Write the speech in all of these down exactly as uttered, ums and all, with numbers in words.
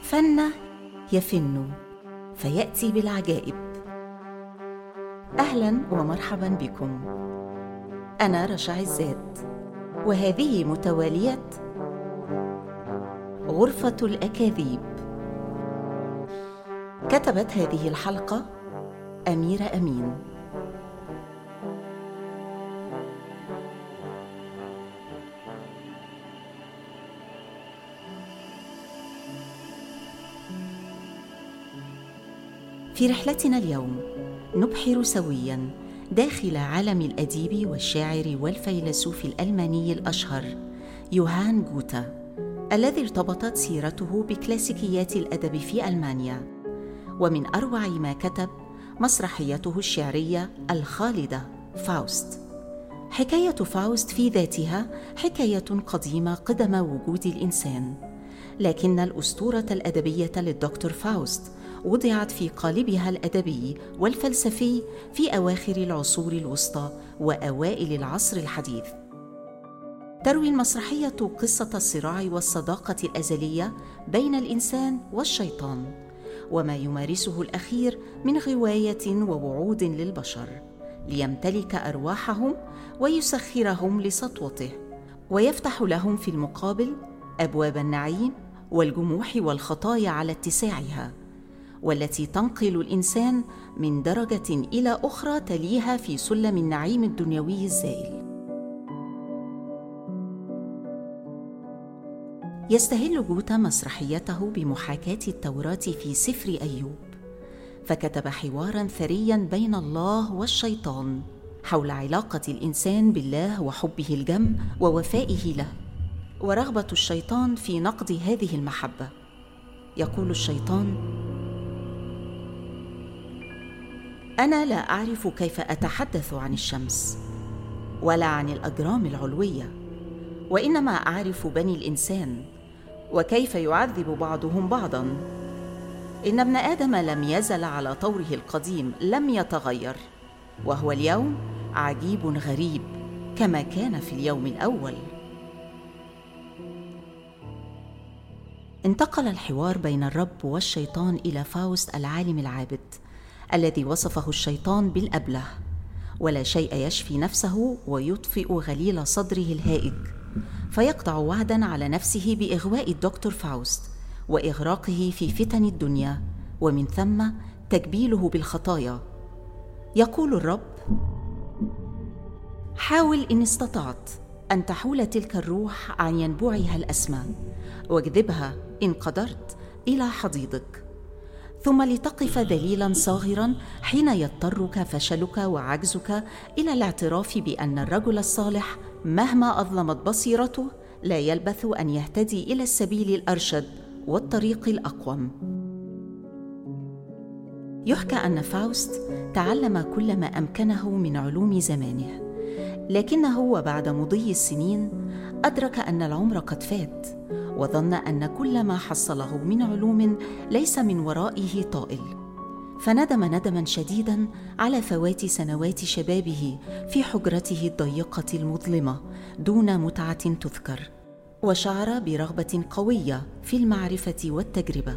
فن يفن فيأتي بالعجائب. أهلاً ومرحباً بكم. أنا رشا عزات، وهذه متوالية غرفة الأكاذيب. كتبت هذه الحلقة أميرة أمين. في رحلتنا اليوم نبحر سوياً داخل عالم الأديب والشاعر والفيلسوف الألماني الأشهر يوهان غوته، الذي ارتبطت سيرته بكلاسيكيات الأدب في ألمانيا. ومن أروع ما كتب مسرحيته الشعرية الخالدة فاوست. حكاية فاوست في ذاتها حكاية قديمة قدم وجود الإنسان، لكن الأسطورة الأدبية للدكتور فاوست وضعت في قالبها الأدبي والفلسفي في أواخر العصور الوسطى وأوائل العصر الحديث. تروي المسرحية قصة الصراع والصداقة الأزلية بين الإنسان والشيطان، وما يمارسه الأخير من غواية ووعود للبشر ليمتلك أرواحهم ويسخرهم لسطوته، ويفتح لهم في المقابل أبواب النعيم والجموح والخطايا على اتساعها، والتي تنقل الإنسان من درجة إلى أخرى تليها في سلم النعيم الدنيوي الزائل. يستهل غوته مسرحيته بمحاكاة التوراة في سفر أيوب، فكتب حواراً ثرياً بين الله والشيطان حول علاقة الإنسان بالله وحبه الجم ووفائه له، ورغبة الشيطان في نقض هذه المحبة. يقول الشيطان: أنا لا أعرف كيف أتحدث عن الشمس ولا عن الأجرام العلوية، وإنما أعرف بني الإنسان وكيف يعذب بعضهم بعضاً. إن ابن آدم لم يزل على طوره القديم، لم يتغير، وهو اليوم عجيب غريب كما كان في اليوم الأول. انتقل الحوار بين الرب والشيطان إلى فاوست العالم العابد، الذي وصفه الشيطان بالأبله، ولا شيء يشفي نفسه ويطفئ غليل صدره الهائج، فيقطع وعداً على نفسه بإغواء الدكتور فاوست وإغراقه في فتن الدنيا، ومن ثم تكبيله بالخطايا. يقول الرب: حاول إن استطعت أن تحول تلك الروح عن ينبوعها الأسمى، واجذبها إن قدرت إلى حضيضك، ثم لتقف دليلاً صاغراً حين يضطرك فشلك وعجزك إلى الاعتراف بأن الرجل الصالح مهما أظلمت بصيرته لا يلبث أن يهتدي إلى السبيل الأرشد والطريق الأقوم. يحكى أن فاوست تعلم كل ما أمكنه من علوم زمانه، لكنه وبعد مضي السنين أدرك أن العمر قد فات، وظن أن كل ما حصله من علوم ليس من ورائه طائل، فندم ندماً شديداً على فوات سنوات شبابه في حجرته الضيقة المظلمة دون متعة تذكر، وشعر برغبة قوية في المعرفة والتجربة.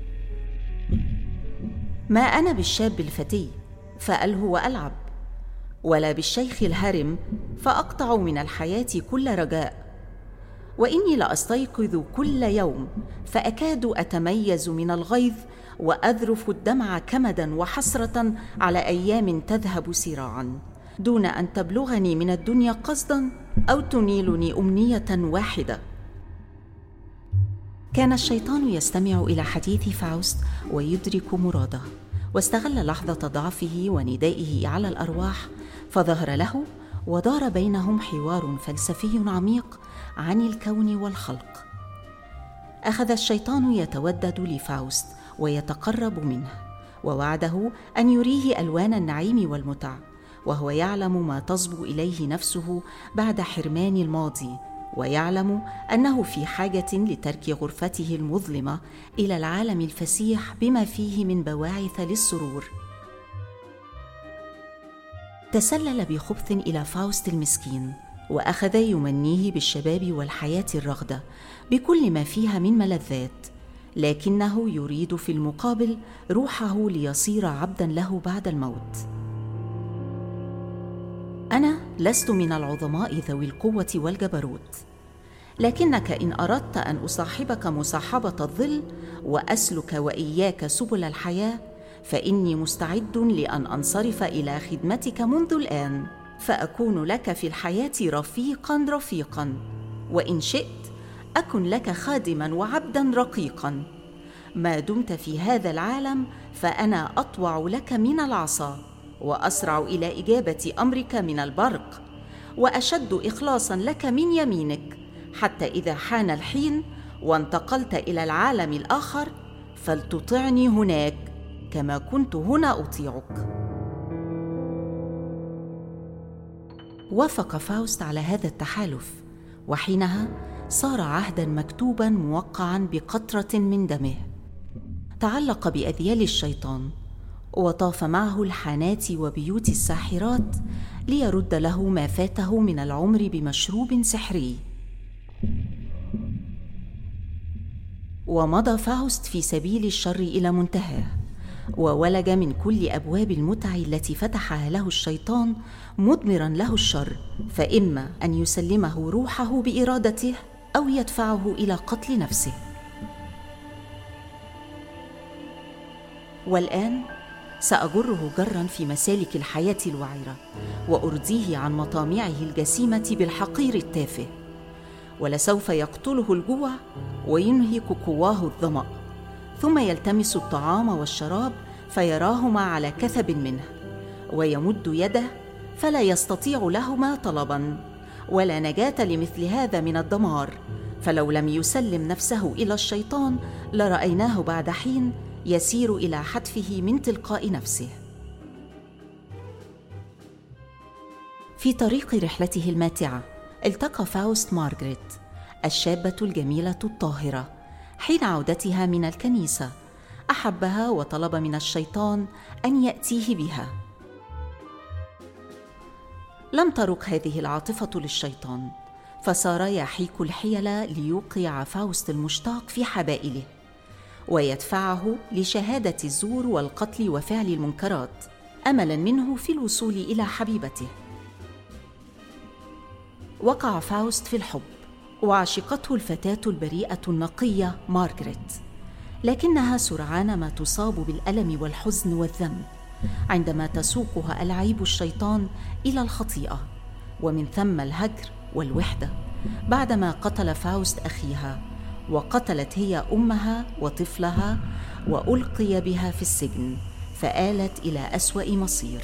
ما أنا بالشاب الفتي فألهو وألعب، ولا بالشيخ الهرم فأقطع من الحياة كل رجاء، وإني لأستيقظ كل يوم فأكاد أتميز من الغيظ وأذرف الدمع كمداً وحسرة على أيام تذهب سراعاً دون أن تبلغني من الدنيا قصداً أو تنيلني أمنية واحدة. كان الشيطان يستمع إلى حديث فاوست ويدرك مراده، واستغل لحظة ضعفه وندائه على الأرواح فظهر له، ودار بينهم حوار فلسفي عميق عن الكون والخلق. أخذ الشيطان يتودد لفاوست ويتقرب منه، ووعده أن يريه ألوان النعيم والمتع، وهو يعلم ما تصبو إليه نفسه بعد حرمان الماضي، ويعلم أنه في حاجة لترك غرفته المظلمة إلى العالم الفسيح بما فيه من بواعث للسرور. تسلل بخبث إلى فاوست المسكين، وأخذ يمنيه بالشباب والحياة الرغدة بكل ما فيها من ملذات، لكنه يريد في المقابل روحه ليصير عبداً له بعد الموت. أنا لست من العظماء ذوي القوة والجبروت، لكنك إن أردت أن أصاحبك مصاحبة الظل وأسلك وإياك سبل الحياة، فإني مستعد لأن أنصرف إلى خدمتك منذ الآن، فأكون لك في الحياة رفيقاً رفيقاً، وإن شئت أكن لك خادماً وعبداً رقيقاً. ما دمت في هذا العالم فأنا أطوع لك من العصا، وأسرع إلى إجابة أمرك من البرق، وأشد إخلاصاً لك من يمينك، حتى إذا حان الحين وانتقلت إلى العالم الآخر فلتطعني هناك كما كنت هنا أطيعك. وافق فاوست على هذا التحالف، وحينها صار عهداً مكتوباً موقعاً بقطرة من دمه. تعلق بأذيال الشيطان، وطاف معه الحانات وبيوت الساحرات ليرد له ما فاته من العمر بمشروب سحري. ومضى فاوست في سبيل الشر إلى منتهاه، وولج من كل أبواب المتع التي فتحها له الشيطان مضمراً له الشر، فإما أن يسلمه روحه بإرادته أو يدفعه إلى قتل نفسه. والآن سأجره جراً في مسالك الحياة الوعرة، وأرضيه عن مطامعه الجسيمة بالحقير التافه، ولسوف يقتله الجوع وينهك قواه الظمأ، ثم يلتمس الطعام والشراب فيراهما على كثب منه، ويمد يده فلا يستطيع لهما طلباً، ولا نجاة لمثل هذا من الدمار. فلو لم يسلم نفسه إلى الشيطان لرأيناه بعد حين يسير إلى حتفه من تلقاء نفسه. في طريق رحلته الماتعة التقى فاوست مارغريت الشابة الجميلة الطاهرة. حين عودتها من الكنيسة أحبها وطلب من الشيطان أن يأتيه بها. لم ترق هذه العاطفة للشيطان، فصار يحيك الحيل ليوقع فاوست المشتاق في حبائله، ويدفعه لشهادة الزور والقتل وفعل المنكرات، أملاً منه في الوصول إلى حبيبته. وقع فاوست في الحب، وعشقته الفتاة البريئة النقية مارغريت، لكنها سرعان ما تصاب بالألم والحزن والذنب عندما تسوقها ألعاب الشيطان إلى الخطيئة، ومن ثم الهجر والوحدة، بعدما قتل فاوست أخيها، وقتلت هي أمها وطفلها، وألقي بها في السجن، فآلت إلى أسوأ مصير.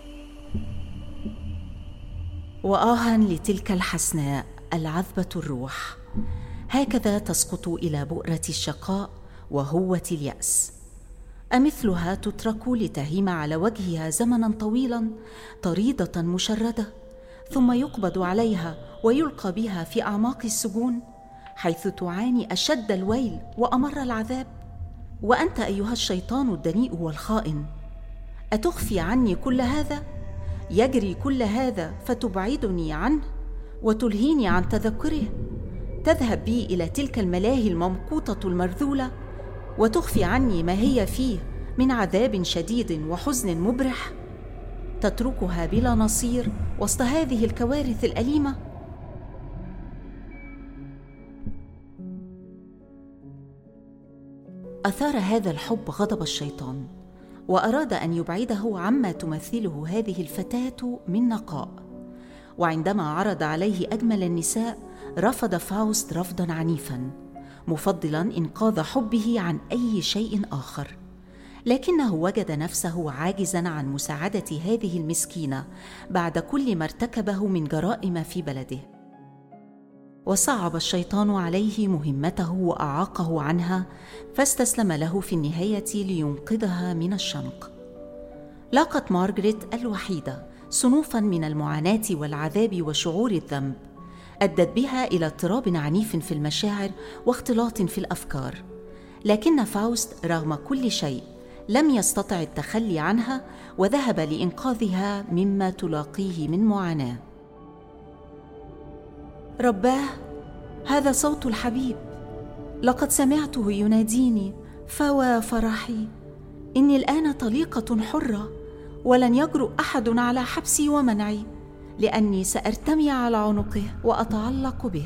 وآها لتلك الحسناء العذبة الروح، هكذا تسقط إلى بؤرة الشقاء وهوة اليأس. أمثلها تترك لتهيم على وجهها زمناً طويلاً طريدة مشردة، ثم يقبض عليها ويلقى بها في أعماق السجون، حيث تعاني أشد الويل وأمر العذاب؟ وأنت أيها الشيطان الدنيء والخائن، أتخفي عني كل هذا؟ يجري كل هذا فتبعدني عنه وتلهيني عن تذكره؟ تذهب بي إلى تلك الملاهي الممقوتة المرذولة وتخفي عني ما هي فيه من عذاب شديد وحزن مبرح؟ تتركها بلا نصير وسط هذه الكوارث الأليمة؟ أثار هذا الحب غضب الشيطان، وأراد أن يبعده عما تمثله هذه الفتاة من نقاء. وعندما عرض عليه أجمل النساء رفض فاوست رفضاً عنيفاً، مفضلاً إنقاذ حبه عن أي شيء آخر، لكنه وجد نفسه عاجزاً عن مساعدة هذه المسكينة بعد كل ما ارتكبه من جرائم في بلده. وصعب الشيطان عليه مهمته وأعاقه عنها، فاستسلم له في النهاية لينقذها من الشنق. لاقت مارغريت الوحيدة صنوفاً من المعاناة والعذاب وشعور الذنب، أدت بها إلى اضطراب عنيف في المشاعر واختلاط في الأفكار، لكن فاوست رغم كل شيء لم يستطع التخلي عنها، وذهب لإنقاذها مما تلاقيه من معاناة. رباه، هذا صوت الحبيب، لقد سمعته يناديني، فوا فرحي، إني الآن طليقة حرة، ولن يجرؤ أحد على حبسي ومنعي، لأني سأرتمي على عنقه وأتعلق به.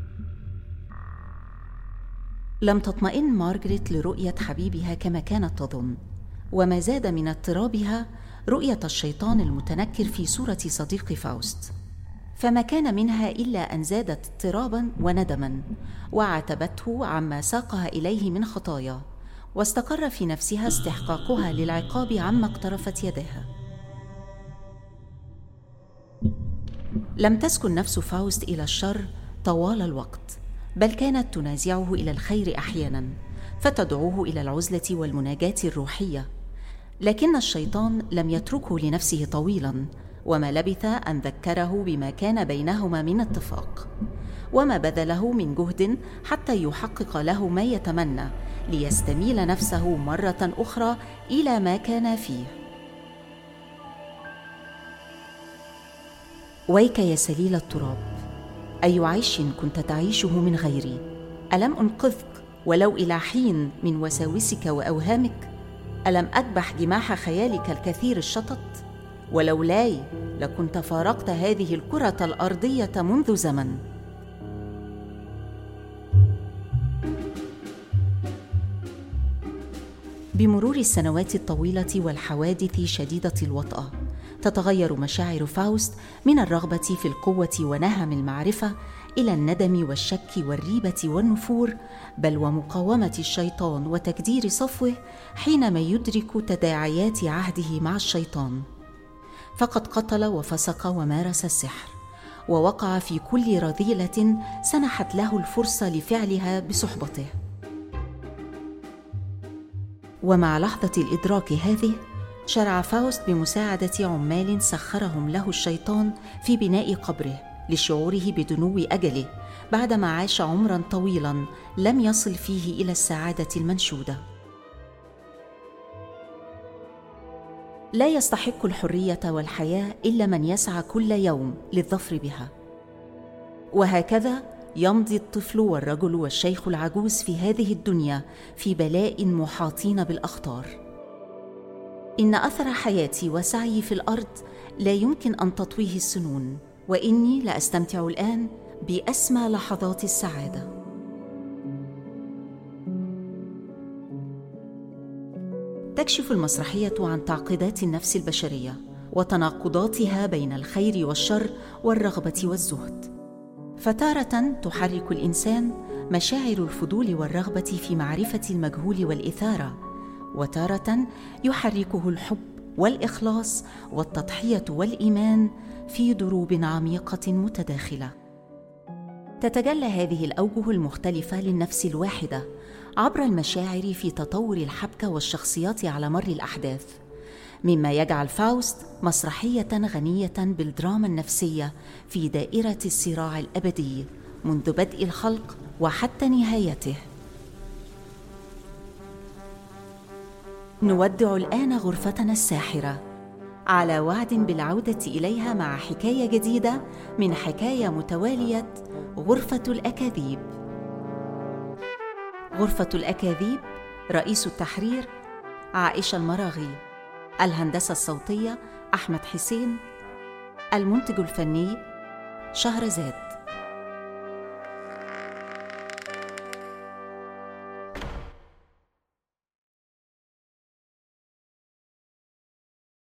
لم تطمئن مارغريت لرؤية حبيبها كما كانت تظن، وما زاد من اضطرابها رؤية الشيطان المتنكر في صورة صديق فاوست، فما كان منها إلا أن زادت اضطرابا وندما، وعاتبته عما ساقها إليه من خطايا، واستقر في نفسها استحقاقها للعقاب عما اقترفت يدها. لم تسكن نفس فاوست إلى الشر طوال الوقت، بل كانت تنازعه إلى الخير أحيانا، فتدعوه إلى العزلة والمناجاة الروحية، لكن الشيطان لم يتركه لنفسه طويلا، وما لبث أن ذكره بما كان بينهما من اتفاق، وما بذله من جهد حتى يحقق له ما يتمنى، ليستميل نفسه مرة أخرى إلى ما كان فيه. ويك يا سليل التراب، أي عيش كنت تعيشه من غيري؟ ألم أنقذك ولو إلى حين من وساوسك وأوهامك؟ ألم أذبح جماح خيالك الكثير الشطط؟ ولولاي لكنت فارقت هذه الكرة الأرضية منذ زمن. بمرور السنوات الطويلة والحوادث شديدة الوطأة، تتغير مشاعر فاوست من الرغبة في القوة ونهم المعرفة إلى الندم والشك والريبة والنفور، بل ومقاومة الشيطان وتكدير صفوه حينما يدرك تداعيات عهده مع الشيطان. فقد قتل وفسق ومارس السحر، ووقع في كل رذيلة سنحت له الفرصة لفعلها بصحبته. ومع لحظة الإدراك هذه، شرع فاوست بمساعدة عمال سخرهم له الشيطان في بناء قبره لشعوره بدنو أجله، بعدما عاش عمرا طويلا لم يصل فيه إلى السعادة المنشودة. لا يستحق الحرية والحياة إلا من يسعى كل يوم للظفر بها. وهكذا يمضي الطفل والرجل والشيخ العجوز في هذه الدنيا في بلاء محاطين بالأخطار. إن أثر حياتي وسعيي في الأرض لا يمكن أن تطويه السنون، وإني لأستمتع الآن بأسمى لحظات السعادة. تكشف المسرحية عن تعقيدات النفس البشرية وتناقضاتها بين الخير والشر والرغبة والزهد. فتارة تحرك الإنسان مشاعر الفضول والرغبة في معرفة المجهول والإثارة، وتارة يحركه الحب والإخلاص والتضحية والإيمان في دروب عميقة متداخلة. تتجلى هذه الأوجه المختلفة للنفس الواحدة عبر المشاعر في تطور الحبكة والشخصيات على مر الأحداث، مما يجعل فاوست مسرحية غنية بالدراما النفسية في دائرة الصراع الأبدي منذ بدء الخلق وحتى نهايته. نودع الآن غرفتنا الساحرة، على وعد بالعودة إليها مع حكاية جديدة من حكاية متوالية غرفة الأكاذيب. غرفة الأكاذيب، رئيس التحرير عائشة المراغي، الهندسة الصوتية أحمد حسين، المنتج الفني شهرزاد.